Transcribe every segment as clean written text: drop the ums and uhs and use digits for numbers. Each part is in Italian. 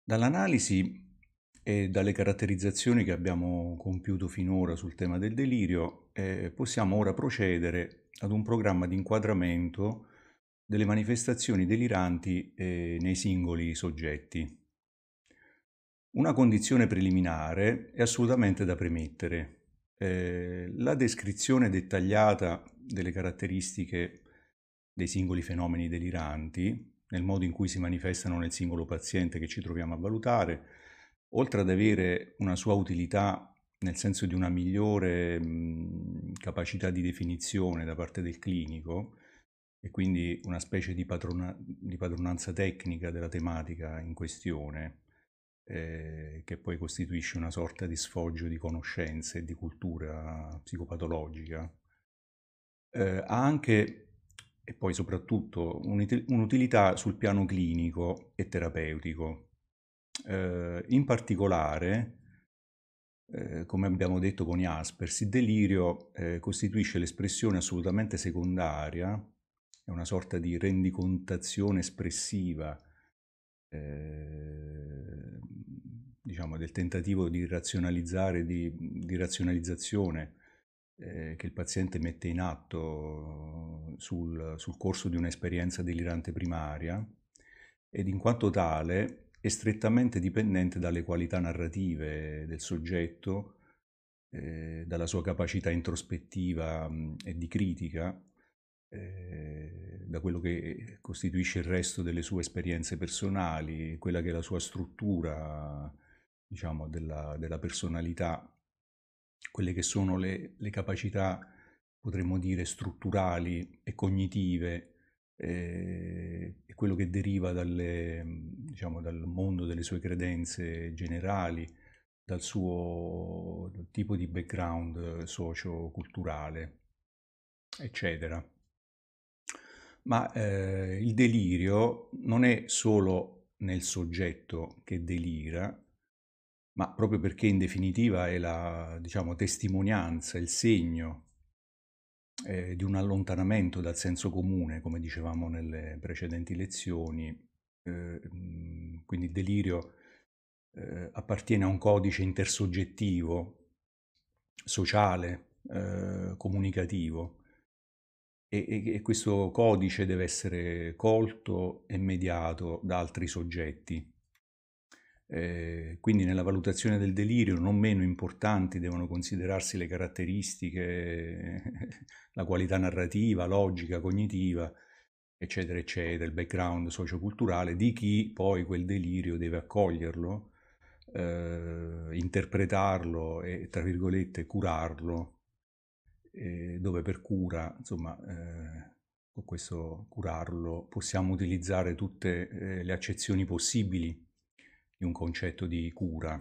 Dall'analisi e dalle caratterizzazioni che abbiamo compiuto finora sul tema del delirio, possiamo ora procedere ad un programma di inquadramento delle manifestazioni deliranti nei singoli soggetti. Una condizione preliminare è assolutamente da premettere. La descrizione dettagliata delle caratteristiche dei singoli fenomeni deliranti, nel modo in cui si manifestano nel singolo paziente che ci troviamo a valutare, oltre ad avere una sua utilità nel senso di una migliore capacità di definizione da parte del clinico e quindi una specie di padronanza tecnica della tematica in questione, che poi costituisce una sorta di sfoggio di conoscenze e di cultura psicopatologica, ha anche e poi soprattutto un'utilità sul piano clinico e terapeutico. In particolare, come abbiamo detto con Jaspers, il delirio costituisce l'espressione assolutamente secondaria, è una sorta di rendicontazione espressiva, diciamo, del tentativo di razionalizzare, di razionalizzazione che il paziente mette in atto sul corso di un'esperienza delirante primaria ed in quanto tale è strettamente dipendente dalle qualità narrative del soggetto, dalla sua capacità introspettiva e di critica, da quello che costituisce il resto delle sue esperienze personali, quella che è la sua struttura, diciamo, della personalità, quelle che sono le capacità, potremmo dire, strutturali e cognitive, e quello che deriva diciamo, dal mondo delle sue credenze generali, dal tipo di background socio-culturale, eccetera. Ma il delirio non è solo nel soggetto che delira, ma proprio perché in definitiva è la, diciamo, testimonianza, il segno di un allontanamento dal senso comune, come dicevamo nelle precedenti lezioni. Quindi il delirio appartiene a un codice intersoggettivo, sociale, comunicativo, e questo codice deve essere colto e mediato da altri soggetti. Quindi nella valutazione del delirio non meno importanti devono considerarsi le caratteristiche, la qualità narrativa, logica, cognitiva, eccetera, eccetera, il background socioculturale di chi poi quel delirio deve accoglierlo, interpretarlo e, tra virgolette, curarlo, dove per cura, insomma, con questo curarlo possiamo utilizzare tutte le accezioni possibili di un concetto di cura.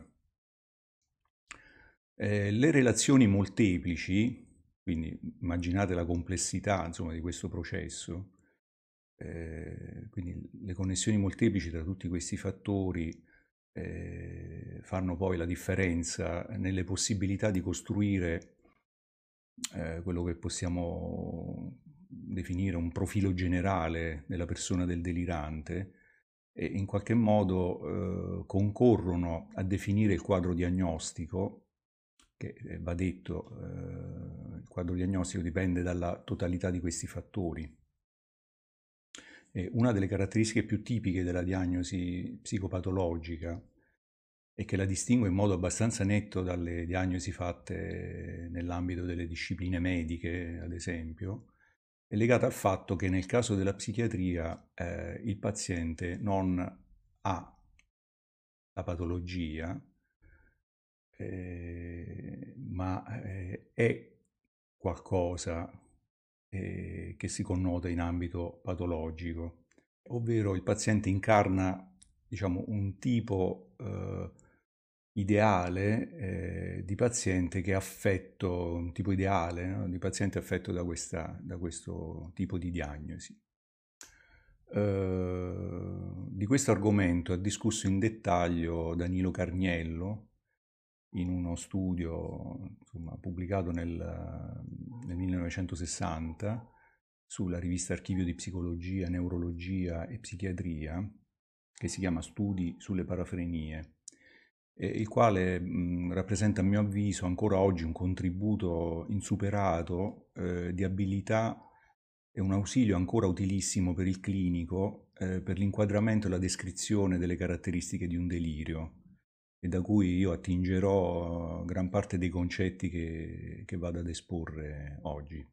Le relazioni molteplici, quindi immaginate la complessità, insomma, di questo processo, quindi le connessioni molteplici tra tutti questi fattori fanno poi la differenza nelle possibilità di costruire quello che possiamo definire un profilo generale della persona del delirante e in qualche modo concorrono a definire il quadro diagnostico, che va detto, il quadro diagnostico dipende dalla totalità di questi fattori. Una delle caratteristiche più tipiche della diagnosi psicopatologica e che la distingue in modo abbastanza netto dalle diagnosi fatte nell'ambito delle discipline mediche, ad esempio, è legata al fatto che nel caso della psichiatria il paziente non ha la patologia, ma è qualcosa che si connota in ambito patologico, ovvero il paziente incarna, diciamo, un tipo ideale di paziente che è affetto, un tipo ideale, no? Di paziente affetto da questo tipo di diagnosi. Di questo argomento ha discusso in dettaglio Danilo Carniello in uno studio, insomma, pubblicato nel 1960 sulla rivista Archivio di Psicologia, Neurologia e Psichiatria, che si chiama Studi sulle parafrenie, il quale rappresenta a mio avviso ancora oggi un contributo insuperato di abilità e un ausilio ancora utilissimo per il clinico per l'inquadramento e la descrizione delle caratteristiche di un delirio, e da cui io attingerò gran parte dei concetti che vado ad esporre oggi.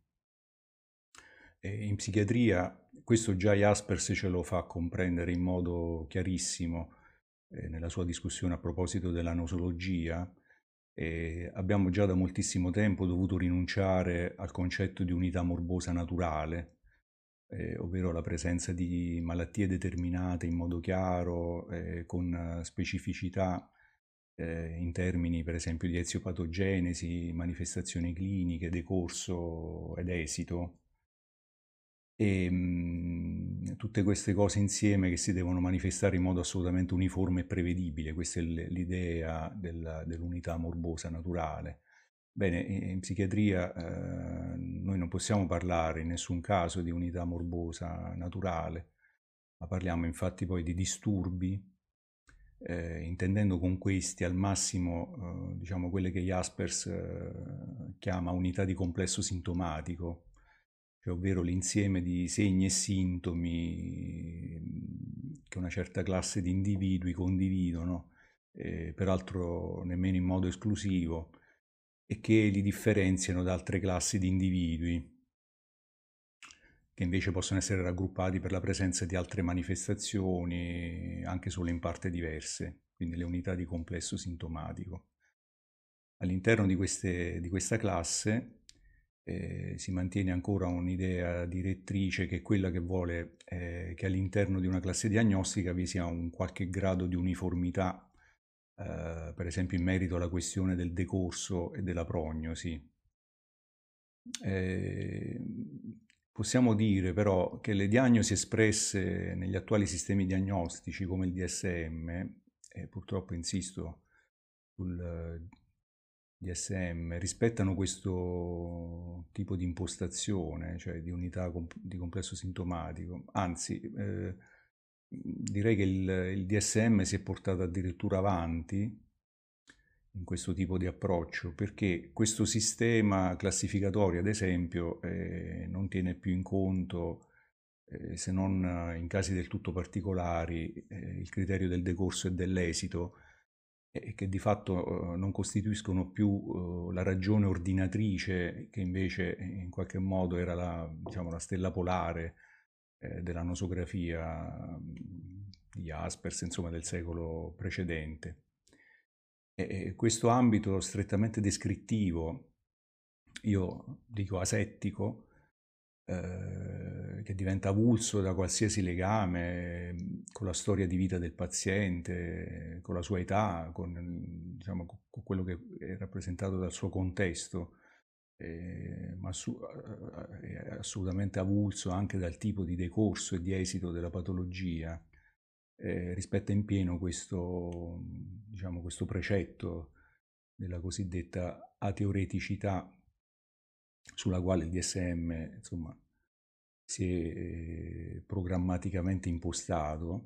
In psichiatria questo già Jaspers ce lo fa comprendere in modo chiarissimo nella sua discussione a proposito della nosologia. Abbiamo già da moltissimo tempo dovuto rinunciare al concetto di unità morbosa naturale, ovvero la presenza di malattie determinate in modo chiaro, con specificità in termini per esempio di eziopatogenesi, manifestazioni cliniche, decorso ed esito. E tutte queste cose insieme che si devono manifestare in modo assolutamente uniforme e prevedibile, questa è l'idea dell'unità morbosa naturale. Bene, in psichiatria noi non possiamo parlare in nessun caso di unità morbosa naturale, ma parliamo infatti poi di disturbi, intendendo con questi al massimo diciamo quelle che Jaspers chiama unità di complesso sintomatico, cioè ovvero l'insieme di segni e sintomi che una certa classe di individui condividono, peraltro nemmeno in modo esclusivo, e che li differenziano da altre classi di individui, che invece possono essere raggruppati per la presenza di altre manifestazioni, anche solo in parte diverse, quindi le unità di complesso sintomatico. All'interno di questa classe si mantiene ancora un'idea direttrice che è quella che vuole che all'interno di una classe diagnostica vi sia un qualche grado di uniformità, per esempio in merito alla questione del decorso e della prognosi. Possiamo dire però che le diagnosi espresse negli attuali sistemi diagnostici come il DSM, e purtroppo insisto sul DSM, rispettano questo tipo di impostazione, cioè di unità di complesso sintomatico. Anzi, direi che il DSM si è portato addirittura avanti in questo tipo di approccio, perché questo sistema classificatorio, ad esempio, non tiene più in conto, se non in casi del tutto particolari, il criterio del decorso e dell'esito, che di fatto non costituiscono più la ragione ordinatrice, che invece in qualche modo era diciamo, la stella polare della nosografia di Jaspers, insomma, del secolo precedente. Questo ambito strettamente descrittivo, io dico asettico, che diventa avulso da qualsiasi legame con la storia di vita del paziente, con la sua età, diciamo, con quello che è rappresentato dal suo contesto, ma è assolutamente avulso anche dal tipo di decorso e di esito della patologia. Rispetta in pieno questo, diciamo, questo precetto della cosiddetta ateoreticità sulla quale il DSM insomma, si è programmaticamente impostato,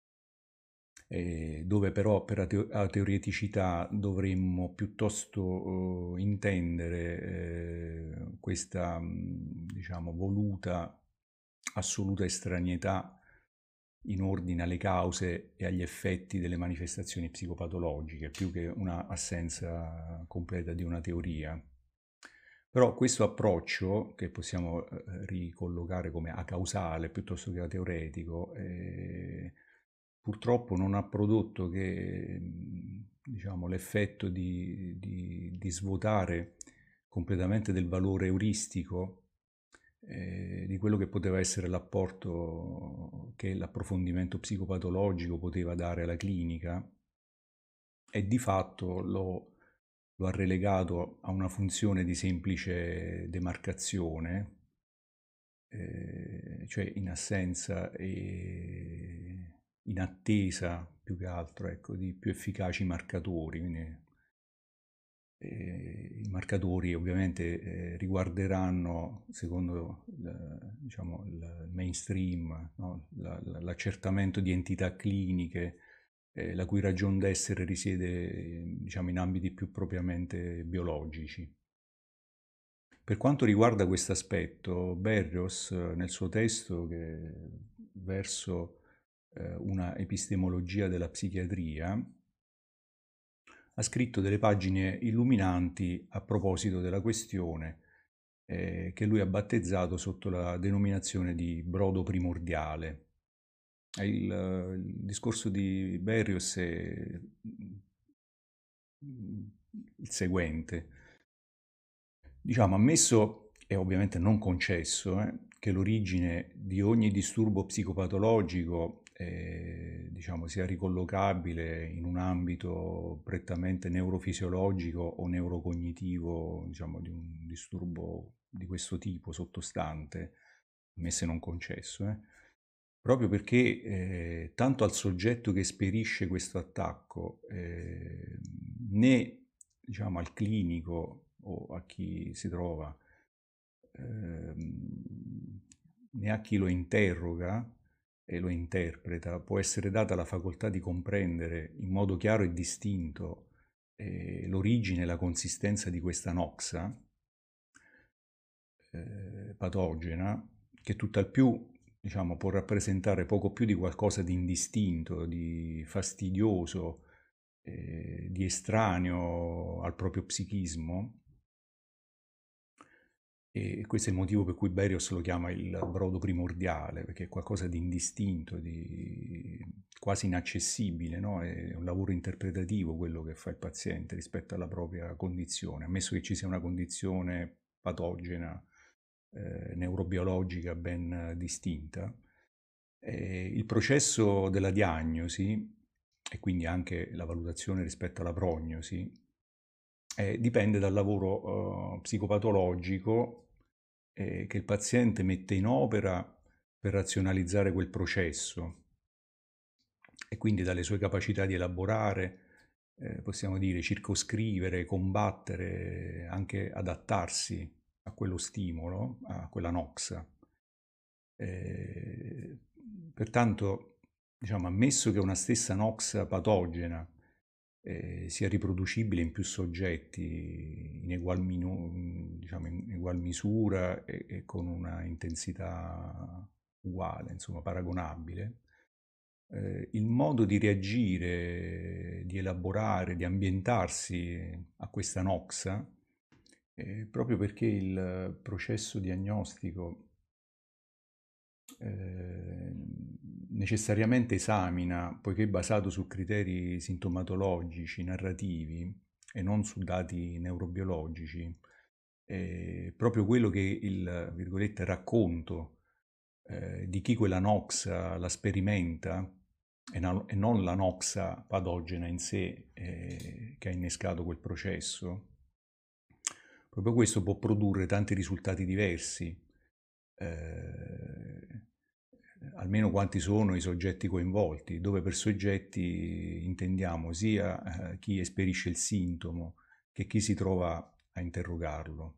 dove però per ateoreticità dovremmo piuttosto intendere questa diciamo, voluta assoluta estraneità in ordine alle cause e agli effetti delle manifestazioni psicopatologiche, più che una assenza completa di una teoria. Però questo approccio, che possiamo ricollocare come acausale piuttosto che ateoretico, purtroppo non ha prodotto che diciamo, l'effetto di svuotare completamente del valore euristico di quello che poteva essere l'apporto che l'approfondimento psicopatologico poteva dare alla clinica, e di fatto lo ha relegato a una funzione di semplice demarcazione, cioè in assenza e in attesa più che altro ecco, di più efficaci marcatori. Quindi, I marcatori ovviamente riguarderanno, secondo diciamo, il mainstream, no? L'accertamento di entità cliniche, la cui ragion d'essere risiede diciamo, in ambiti più propriamente biologici. Per quanto riguarda questo aspetto, Berrios nel suo testo che verso una epistemologia della psichiatria ha scritto delle pagine illuminanti a proposito della questione che lui ha battezzato sotto la denominazione di brodo primordiale. Il discorso di Berrios è il seguente. Diciamo, ammesso e ovviamente non concesso che l'origine di ogni disturbo psicopatologico diciamo, sia ricollocabile in un ambito prettamente neurofisiologico o neurocognitivo, diciamo, di un disturbo di questo tipo sottostante, ammesso e non concesso, proprio perché tanto al soggetto che esperisce questo attacco né diciamo, al clinico o a chi si trova, né a chi lo interroga e lo interpreta, può essere data la facoltà di comprendere in modo chiaro e distinto l'origine e la consistenza di questa noxa patogena, che tutt'al più diciamo, può rappresentare poco più di qualcosa di indistinto, di fastidioso, di estraneo al proprio psichismo. E questo è il motivo per cui Berrios lo chiama il brodo primordiale, perché è qualcosa di indistinto, di quasi inaccessibile, no? È un lavoro interpretativo quello che fa il paziente rispetto alla propria condizione, ammesso che ci sia una condizione patogena, neurobiologica ben distinta. Il processo della diagnosi e quindi anche la valutazione rispetto alla prognosi dipende dal lavoro psicopatologico che il paziente mette in opera per razionalizzare quel processo e quindi dalle sue capacità di elaborare, possiamo dire, circoscrivere, combattere, anche adattarsi a quello stimolo, a quella noxa. Pertanto, diciamo, ammesso che una stessa noxa patogena sia riproducibile in più soggetti in diciamo, in egual misura e con una intensità uguale, insomma paragonabile, il modo di reagire, di elaborare, di ambientarsi a questa noxa, proprio perché il processo diagnostico necessariamente esamina, poiché basato su criteri sintomatologici, narrativi e non su dati neurobiologici, proprio quello che il, virgolette, racconto di chi quella noxa la sperimenta e non la noxa patogena in sé che ha innescato quel processo, proprio questo può produrre tanti risultati diversi, almeno quanti sono i soggetti coinvolti, dove per soggetti intendiamo sia chi esperisce il sintomo che chi si trova a interrogarlo.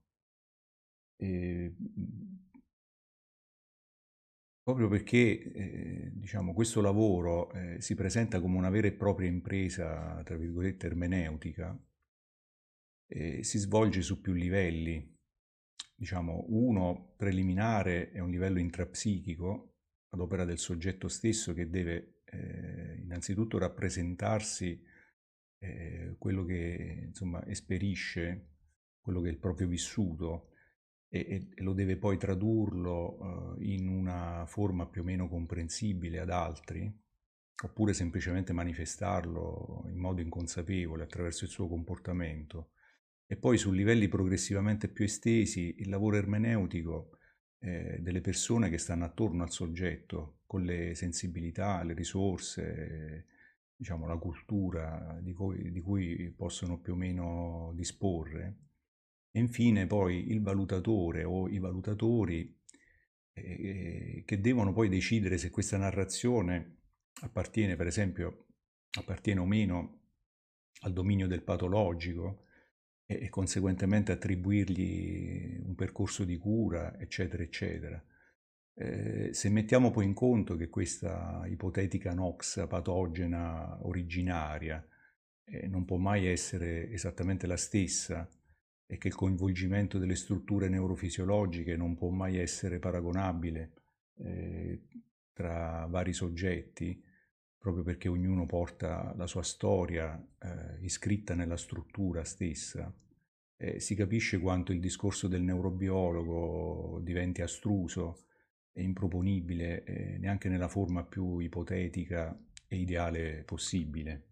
Proprio perché diciamo, questo lavoro si presenta come una vera e propria impresa, tra virgolette, ermeneutica, si svolge su più livelli. Diciamo, uno preliminare è un livello intrapsichico, ad opera del soggetto stesso che deve innanzitutto rappresentarsi quello che insomma esperisce, quello che è il proprio vissuto e lo deve poi tradurlo in una forma più o meno comprensibile ad altri, oppure semplicemente manifestarlo in modo inconsapevole attraverso il suo comportamento. E poi su livelli progressivamente più estesi il lavoro ermeneutico delle persone che stanno attorno al soggetto, con le sensibilità, le risorse, diciamo la cultura di cui possono più o meno disporre. E infine poi il valutatore o i valutatori che devono poi decidere se questa narrazione appartiene, per esempio, appartiene o meno al dominio del patologico, e conseguentemente attribuirgli un percorso di cura, eccetera, eccetera. Se mettiamo poi in conto che questa ipotetica nox patogena originaria non può mai essere esattamente la stessa e che il coinvolgimento delle strutture neurofisiologiche non può mai essere paragonabile eh, tra vari soggetti, proprio perché ognuno porta la sua storia iscritta nella struttura stessa, si capisce quanto il discorso del neurobiologo diventi astruso e improponibile neanche nella forma più ipotetica e ideale possibile.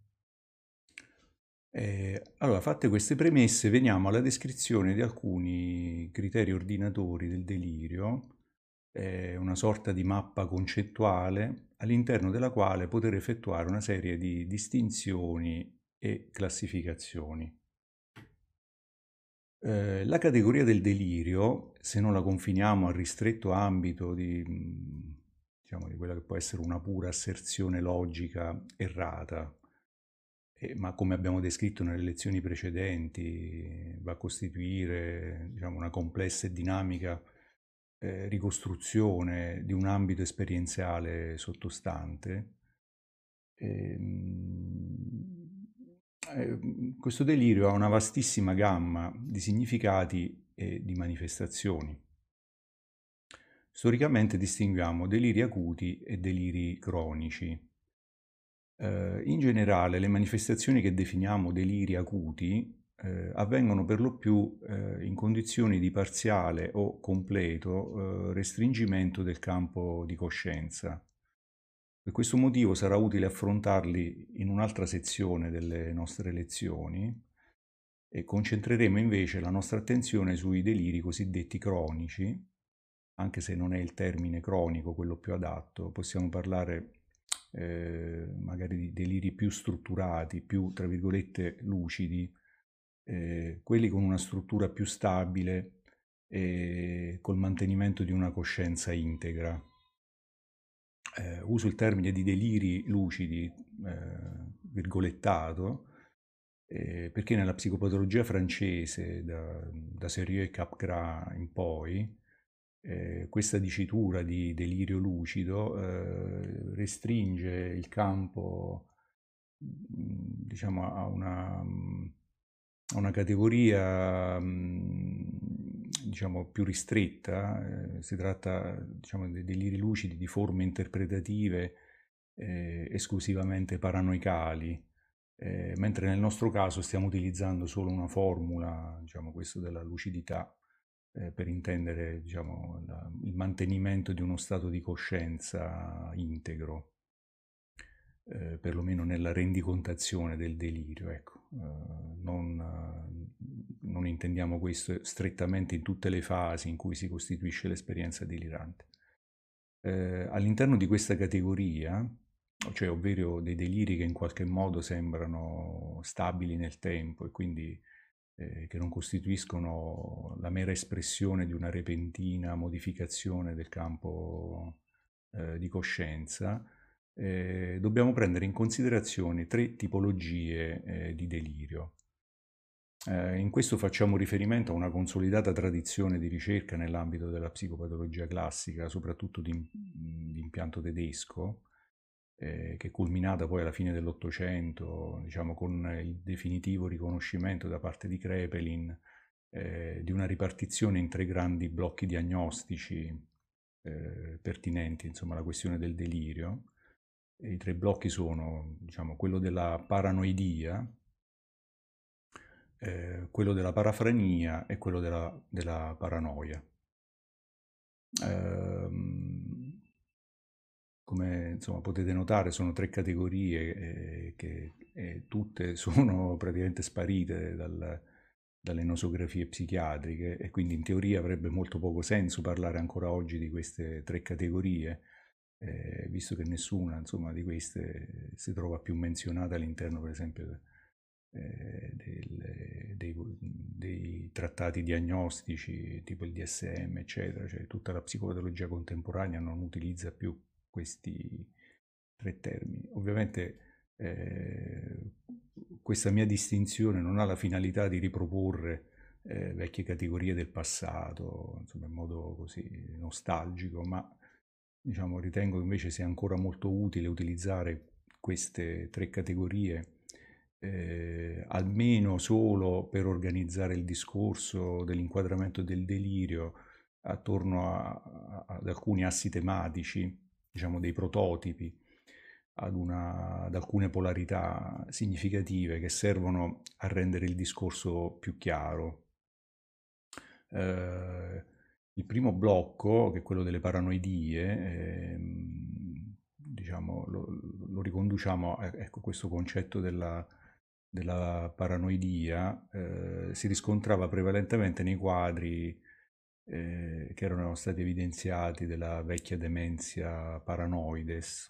Allora, fatte queste premesse, veniamo alla descrizione di alcuni criteri ordinatori del delirio, una sorta di mappa concettuale all'interno della quale poter effettuare una serie di distinzioni e classificazioni. La categoria del delirio, se non la confiniamo al ristretto ambito diciamo, di quella che può essere una pura asserzione logica errata, ma come abbiamo descritto nelle lezioni precedenti, va a costituire, diciamo, una complessa e dinamica ricostruzione di un ambito esperienziale sottostante. Questo delirio ha una vastissima gamma di significati e di manifestazioni. Storicamente distinguiamo deliri acuti e deliri cronici. In generale le manifestazioni che definiamo deliri acuti avvengono per lo più in condizioni di parziale o completo restringimento del campo di coscienza. Per questo motivo sarà utile affrontarli in un'altra sezione delle nostre lezioni e concentreremo invece la nostra attenzione sui deliri cosiddetti cronici, anche se non è il termine cronico quello più adatto, possiamo parlare magari di deliri più strutturati, più, tra virgolette, lucidi, quelli con una struttura più stabile e col mantenimento di una coscienza integra. Uso il termine di deliri lucidi, virgolettato, perché nella psicopatologia francese, da Sérieux e Capgras in poi, questa dicitura di delirio lucido restringe il campo, diciamo, a una categoria diciamo, più ristretta. Si tratta, diciamo, dei deliri lucidi di forme interpretative esclusivamente paranoicali, mentre nel nostro caso stiamo utilizzando solo una formula, diciamo, questo della lucidità, per intendere, diciamo, il mantenimento di uno stato di coscienza integro, perlomeno nella rendicontazione del delirio. Ecco. Non intendiamo questo strettamente in tutte le fasi in cui si costituisce l'esperienza delirante. All'interno di questa categoria, cioè ovvero dei deliri che in qualche modo sembrano stabili nel tempo e quindi che non costituiscono la mera espressione di una repentina modificazione del campo di coscienza, dobbiamo prendere in considerazione tre tipologie di delirio. In questo facciamo riferimento a una consolidata tradizione di ricerca nell'ambito della psicopatologia classica, soprattutto di impianto tedesco, che è culminata poi alla fine dell'Ottocento, diciamo, con il definitivo riconoscimento da parte di Kraepelin di una ripartizione in tre grandi blocchi diagnostici pertinenti, insomma, alla questione del delirio. E i tre blocchi sono, diciamo, quello della paranoidia, quello della parafrenia e quello della paranoia. Ehm, Come insomma, potete notare sono tre categorie che tutte sono praticamente sparite dalle nosografie psichiatriche e quindi in teoria avrebbe molto poco senso parlare ancora oggi di queste tre categorie, visto che nessuna insomma, di queste si trova più menzionata all'interno per esempio dei trattati diagnostici tipo il DSM, eccetera, cioè tutta la psicopatologia contemporanea non utilizza più questi tre termini. Ovviamente questa mia distinzione non ha la finalità di riproporre vecchie categorie del passato, insomma, in modo così nostalgico, ma diciamo, ritengo che invece sia ancora molto utile utilizzare queste tre categorie almeno solo per organizzare il discorso dell'inquadramento del delirio attorno ad alcuni assi tematici, diciamo dei prototipi, ad alcune polarità significative che servono a rendere il discorso più chiaro. Il primo blocco, che è quello delle paranoidie, diciamo, lo riconduciamo a ecco, questo concetto della paranoidia, si riscontrava prevalentemente nei quadri che erano stati evidenziati della vecchia dementia paranoides.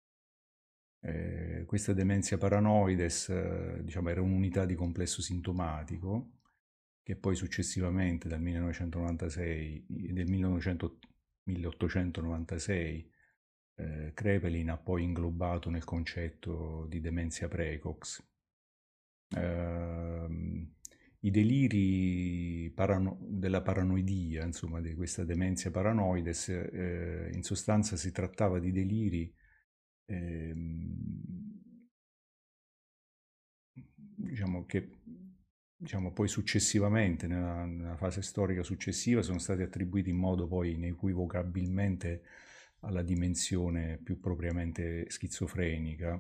Questa dementia paranoides, diciamo, era un'unità di complesso sintomatico che poi successivamente dal 1996, del 1896, Kraepelin ha poi inglobato nel concetto di dementia precox. I deliri della paranoidia, insomma, di questa dementia paranoides, in sostanza si trattava di deliri diciamo che diciamo, poi successivamente, nella fase storica successiva, sono stati attribuiti in modo poi inequivocabilmente alla dimensione più propriamente schizofrenica.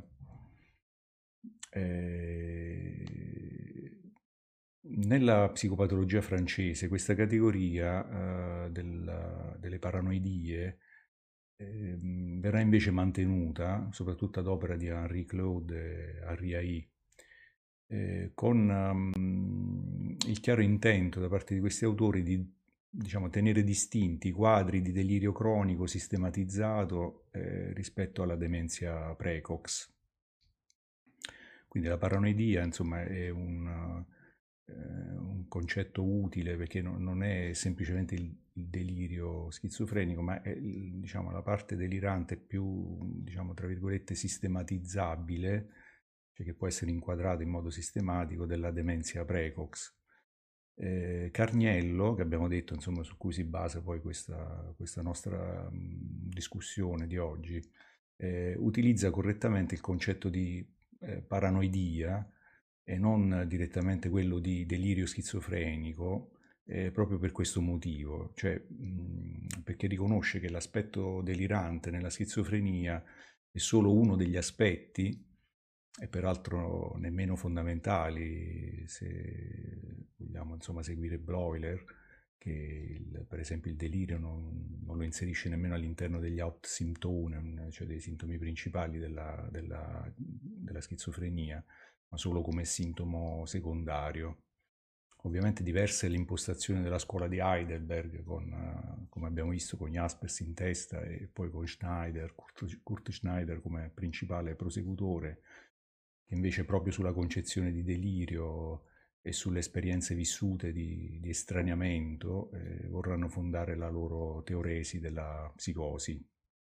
Nella psicopatologia francese questa categoria delle paranoidie verrà invece mantenuta, soprattutto ad opera di Henri Claude e Henri Ai, con il chiaro intento da parte di questi autori di, diciamo, tenere distinti i quadri di delirio cronico sistematizzato rispetto alla dementia precox. Quindi la paranoidia, insomma, è un concetto utile perché non è semplicemente il delirio schizofrenico, ma è, diciamo, la parte delirante più, diciamo, tra virgolette, sistematizzabile, cioè che può essere inquadrato in modo sistematico, della dementia precox. Carniello, che abbiamo detto, insomma, su cui si basa poi questa nostra discussione di oggi, utilizza correttamente il concetto di paranoidia e non direttamente quello di delirio schizofrenico, proprio per questo motivo, cioè perché riconosce che l'aspetto delirante nella schizofrenia è solo uno degli aspetti, e peraltro nemmeno fondamentali, se vogliamo insomma seguire Bloiler, che per esempio il delirio non lo inserisce nemmeno all'interno degli Hauptsymptomen, cioè dei sintomi principali della schizofrenia, ma solo come sintomo secondario. Ovviamente diversa è l'impostazione della scuola di Heidelberg, come abbiamo visto, con Jaspers in testa e poi con Schneider, Kurt Schneider come principale prosecutore, che invece proprio sulla concezione di delirio e sulle esperienze vissute di estraniamento vorranno fondare la loro teoresi della psicosi.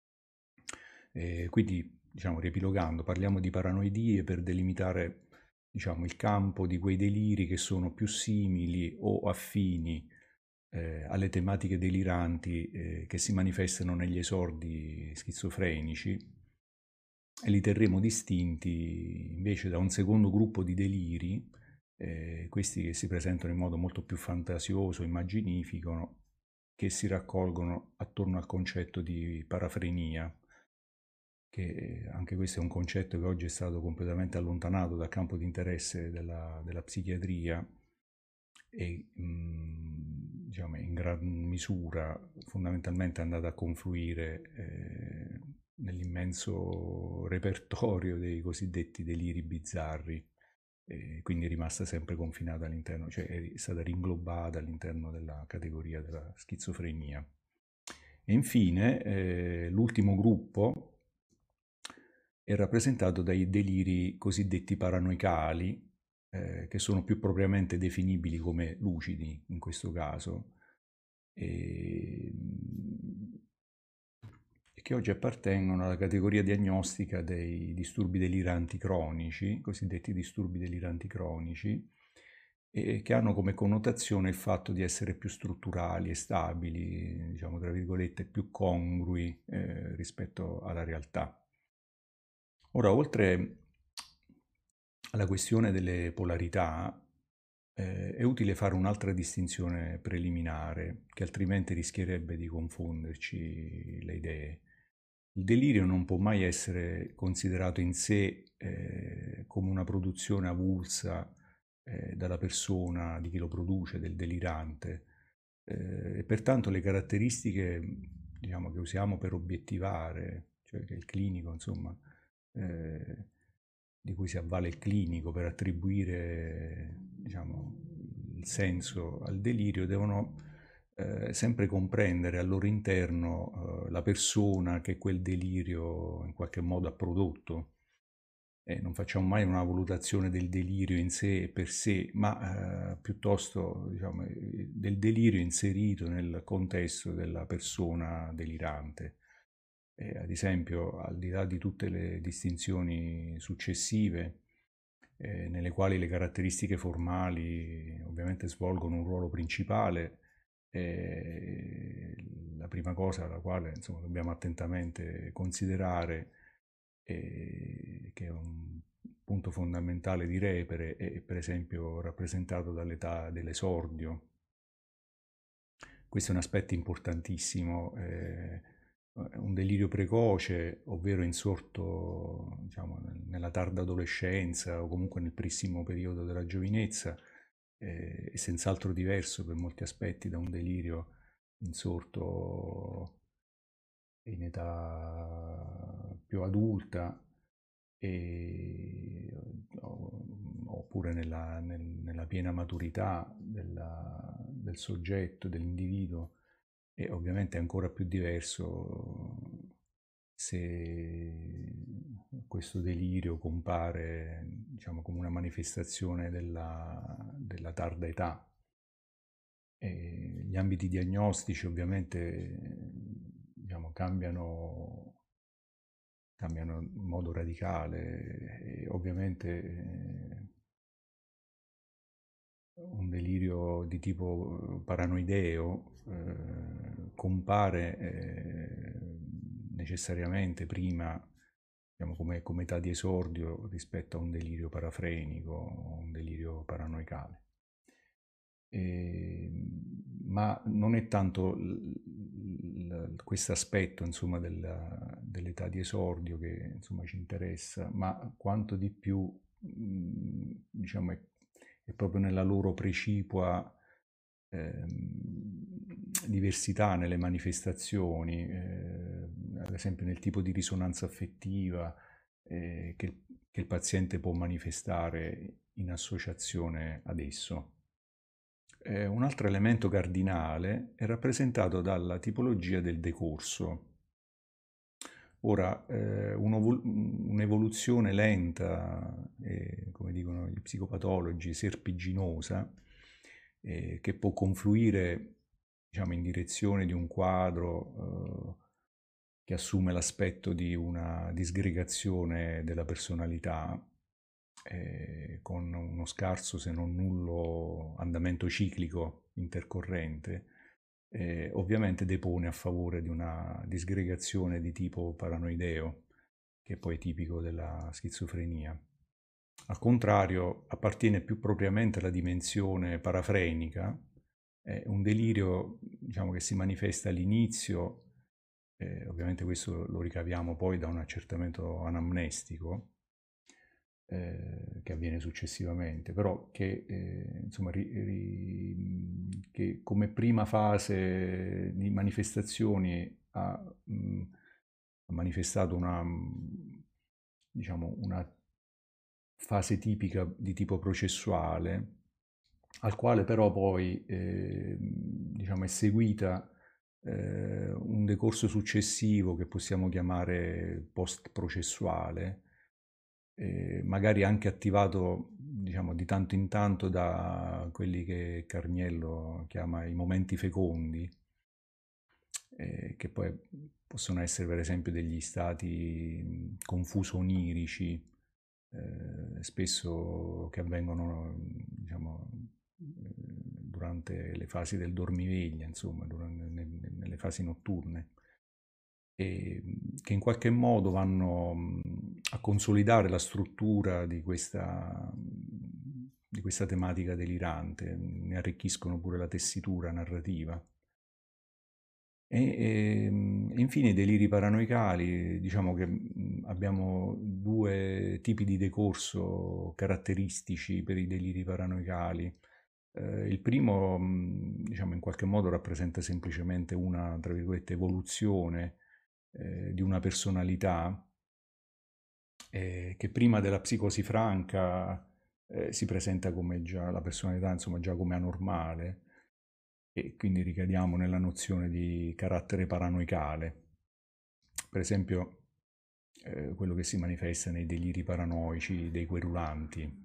Quindi, diciamo, riepilogando, parliamo di paranoidie per delimitare, diciamo, il campo di quei deliri che sono più simili o affini alle tematiche deliranti che si manifestano negli esordi schizofrenici, e li terremo distinti invece da un secondo gruppo di deliri, questi che si presentano in modo molto più fantasioso, immaginifico, che si raccolgono attorno al concetto di parafrenia, che anche questo è un concetto che oggi è stato completamente allontanato dal campo di interesse della psichiatria e diciamo, in gran misura fondamentalmente è andato a confluire nell'immenso repertorio dei cosiddetti deliri bizzarri, quindi è rimasta sempre confinata all'interno, cioè è stata ringlobata all'interno della categoria della schizofrenia. E infine l'ultimo gruppo è rappresentato dai deliri cosiddetti paranoicali, che sono più propriamente definibili come lucidi in questo caso. e che oggi appartengono alla categoria diagnostica dei disturbi deliranti cronici, cosiddetti disturbi deliranti cronici, e che hanno come connotazione il fatto di essere più strutturali e stabili, diciamo tra virgolette, più congrui rispetto alla realtà. Ora, oltre alla questione delle polarità, è utile fare un'altra distinzione preliminare, che altrimenti rischierebbe di confonderci le idee. Il delirio non può mai essere considerato in sé come una produzione avulsa dalla persona, di chi lo produce, del delirante, e pertanto le caratteristiche, diciamo, che usiamo per obiettivare, cioè che il clinico, insomma, eh, di cui si avvale il clinico per attribuire, diciamo, il senso al delirio, devono sempre comprendere al loro interno la persona che quel delirio in qualche modo ha prodotto. Non facciamo mai una valutazione del delirio in sé e per sé, ma piuttosto, diciamo, del delirio inserito nel contesto della persona delirante. Ad esempio, al di là di tutte le distinzioni successive, nelle quali le caratteristiche formali ovviamente svolgono un ruolo principale, la prima cosa alla quale insomma, dobbiamo attentamente considerare, che è un punto fondamentale di Repere, è per esempio rappresentato dall'età dell'esordio. Questo è un aspetto importantissimo. Un delirio precoce, ovvero insorto diciamo, nella tarda adolescenza o comunque nel primissimo periodo della giovinezza, è senz'altro diverso per molti aspetti da un delirio insorto in età più adulta e, oppure nella piena maturità del soggetto, dell'individuo, e ovviamente è ancora più diverso se questo delirio compare, diciamo, come una manifestazione della tarda età. Gli ambiti diagnostici ovviamente diciamo, cambiano in modo radicale e ovviamente un delirio di tipo paranoideo compare necessariamente prima, diciamo, come età di esordio rispetto a un delirio parafrenico o un delirio paranoicale. Ma non è tanto questo aspetto insomma, dell'età di esordio che insomma, ci interessa, ma quanto di più diciamo, è proprio nella loro precipua diversità nelle manifestazioni, ad esempio nel tipo di risonanza affettiva che il paziente può manifestare in associazione ad esso. Un altro elemento cardinale è rappresentato dalla tipologia del decorso. Ora, un'evoluzione lenta, come dicono gli psicopatologi, serpiginosa, che può confluire, diciamo, in direzione di un quadro che assume l'aspetto di una disgregazione della personalità, con uno scarso se non nullo andamento ciclico intercorrente, ovviamente depone a favore di una disgregazione di tipo paranoideo, che poi è tipico della schizofrenia. Al contrario, appartiene più propriamente alla dimensione parafrenica, è un delirio diciamo, che si manifesta all'inizio, ovviamente questo lo ricaviamo poi da un accertamento anamnestico, che avviene successivamente, però che, insomma, che come prima fase di manifestazioni ha manifestato diciamo, una fase tipica di tipo processuale, al quale però poi diciamo, è seguita un decorso successivo che possiamo chiamare post-processuale, magari anche attivato diciamo, di tanto in tanto da quelli che Carniello chiama i momenti fecondi, che poi possono essere per esempio degli stati confuso-onirici, spesso che avvengono, diciamo, durante le fasi del dormiveglia, insomma, nelle fasi notturne, e che in qualche modo vanno a consolidare la struttura di questa tematica delirante, ne arricchiscono pure la tessitura narrativa. Infine i deliri paranoicali, diciamo che abbiamo due tipi di decorso caratteristici per i deliri paranoicali. Il primo, diciamo, in qualche modo rappresenta semplicemente una, tra virgolette, evoluzione di una personalità che prima della psicosi franca si presenta come già la personalità, insomma, già come anormale, e quindi ricadiamo nella nozione di carattere paranoicale. Per esempio, quello che si manifesta nei deliri paranoici dei querulanti.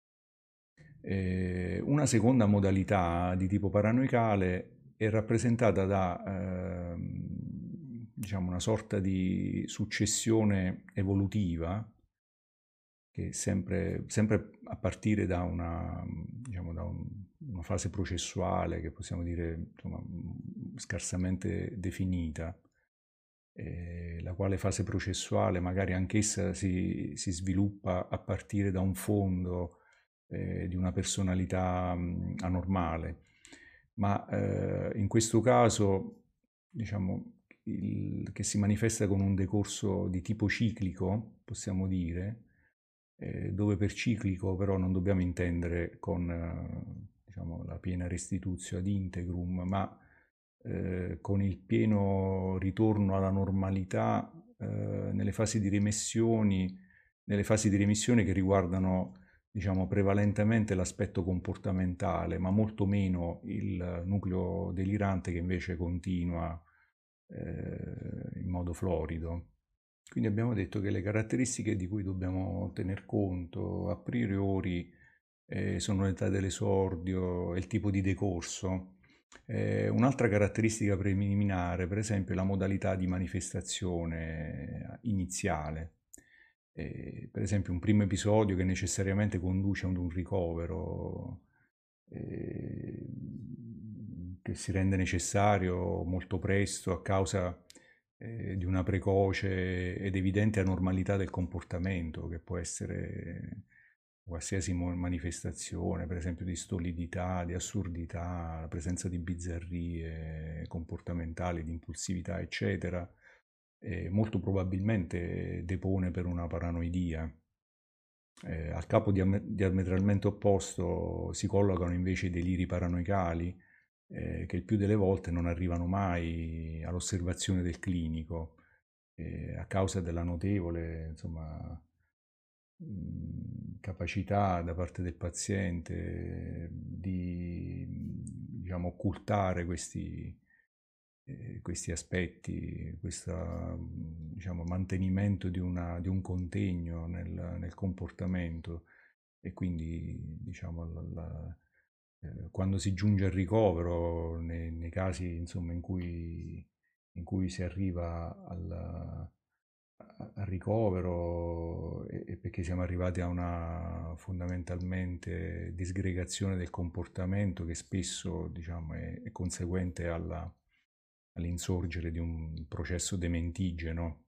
Una seconda modalità di tipo paranoicale è rappresentata da diciamo una sorta di successione evolutiva che sempre a partire da una, diciamo, una fase processuale che possiamo dire, insomma, scarsamente definita, la quale fase processuale magari anch'essa si sviluppa a partire da un fondo di una personalità anormale, ma in questo caso, diciamo, che si manifesta con un decorso di tipo ciclico, possiamo dire, dove per ciclico però non dobbiamo intendere con diciamo, la piena restitutio ad integrum, ma con il pieno ritorno alla normalità nelle fasi di remissione che riguardano, diciamo, prevalentemente l'aspetto comportamentale, ma molto meno il nucleo delirante che invece continua in modo florido. Quindi abbiamo detto che le caratteristiche di cui dobbiamo tener conto a priori sono l'età dell'esordio e il tipo di decorso. Un'altra caratteristica preliminare, per esempio, è la modalità di manifestazione iniziale. Per esempio, un primo episodio che necessariamente conduce ad un ricovero che si rende necessario molto presto a causa di una precoce ed evidente anormalità del comportamento, che può essere qualsiasi manifestazione, per esempio di stolidità, di assurdità, la presenza di bizzarrie comportamentali, di impulsività, eccetera, molto probabilmente depone per una paranoidia. Al capo diametralmente opposto si collocano invece i deliri paranoicali, che il più delle volte non arrivano mai all'osservazione del clinico, a causa della notevole, insomma, capacità da parte del paziente di, diciamo, occultare questi aspetti, questo, diciamo, mantenimento di un contegno nel comportamento, e quindi, diciamo, quando si giunge al ricovero, nei casi, insomma, in cui si arriva al ricovero, e perché siamo arrivati a una fondamentalmente disgregazione del comportamento che spesso, diciamo, è conseguente all'insorgere di un processo dementigeno.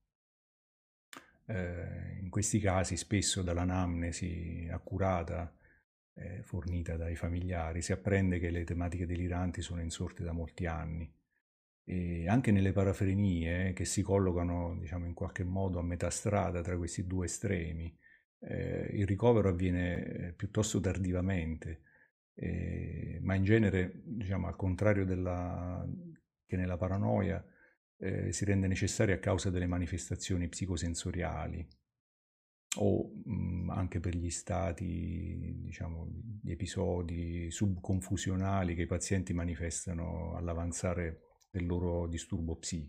In questi casi spesso dall'anamnesi accurata fornita dai familiari si apprende che le tematiche deliranti sono insorte da molti anni, e anche nelle parafrenie che si collocano, diciamo, in qualche modo a metà strada tra questi due estremi. Il ricovero avviene piuttosto tardivamente, ma in genere, diciamo, al contrario che nella paranoia, si rende necessaria a causa delle manifestazioni psicosensoriali o anche per gli stati, diciamo, di episodi subconfusionali che i pazienti manifestano all'avanzare del loro disturbo psichico.